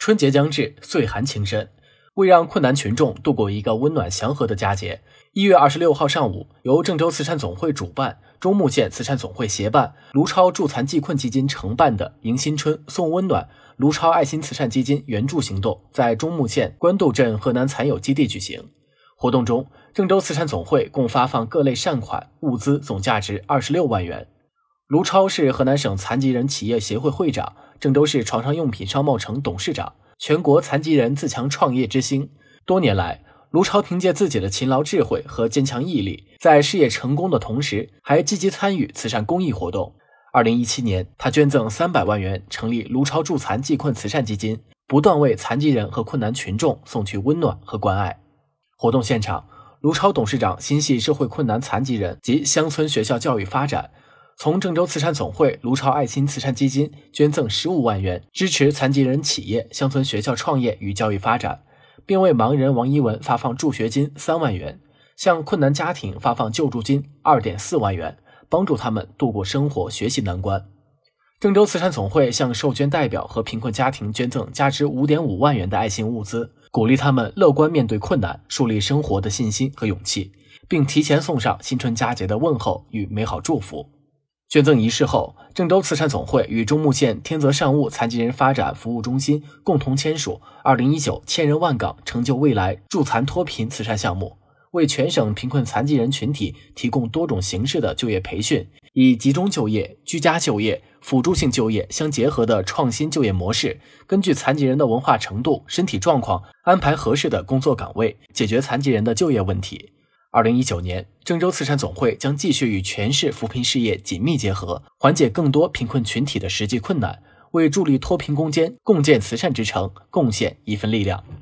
春节将至，岁寒情深，为让困难群众度过一个温暖祥和的佳节，1月26号上午，由郑州慈善总会主办、中牟县慈善总会协办、卢超助残济困基金承办的迎新春、送温暖卢超爱心慈善基金援助行动在中牟县官渡镇河南残友基地举行。活动中，郑州慈善总会共发放各类善款、物资总价值26万元。卢超是河南省残疾人企业协会会长，郑州市床上用品商贸城董事长，全国残疾人自强创业之星。多年来，卢超凭借自己的勤劳智慧和坚强毅力，在事业成功的同时，还积极参与慈善公益活动。2017年，他捐赠300万元成立卢超助残济困慈善基金，不断为残疾人和困难群众送去温暖和关爱。活动现场，卢超董事长心系社会困难残疾人及乡村学校教育发展，从郑州慈善总会卢超爱心慈善基金捐赠15万元，支持残疾人企业、乡村学校创业与教育发展，并为盲人王一文发放助学金3万元，向困难家庭发放救助金2.4万元，帮助他们度过生活学习难关。郑州慈善总会向受捐代表和贫困家庭捐赠价值5.5万元的爱心物资，鼓励他们乐观面对困难，树立生活的信心和勇气，并提前送上新春佳节的问候与美好祝福。捐赠仪式后，郑州慈善总会与中牟县天泽善务残疾人发展服务中心共同签署2019千人万岗成就未来助残脱贫慈善项目，为全省贫困残疾人群体提供多种形式的就业培训，以集中就业、居家就业、辅助性就业相结合的创新就业模式，根据残疾人的文化程度、身体状况安排合适的工作岗位，解决残疾人的就业问题。2019年，郑州慈善总会将继续与全市扶贫事业紧密结合，缓解更多贫困群体的实际困难，为助力脱贫攻坚、共建慈善之城贡献一份力量。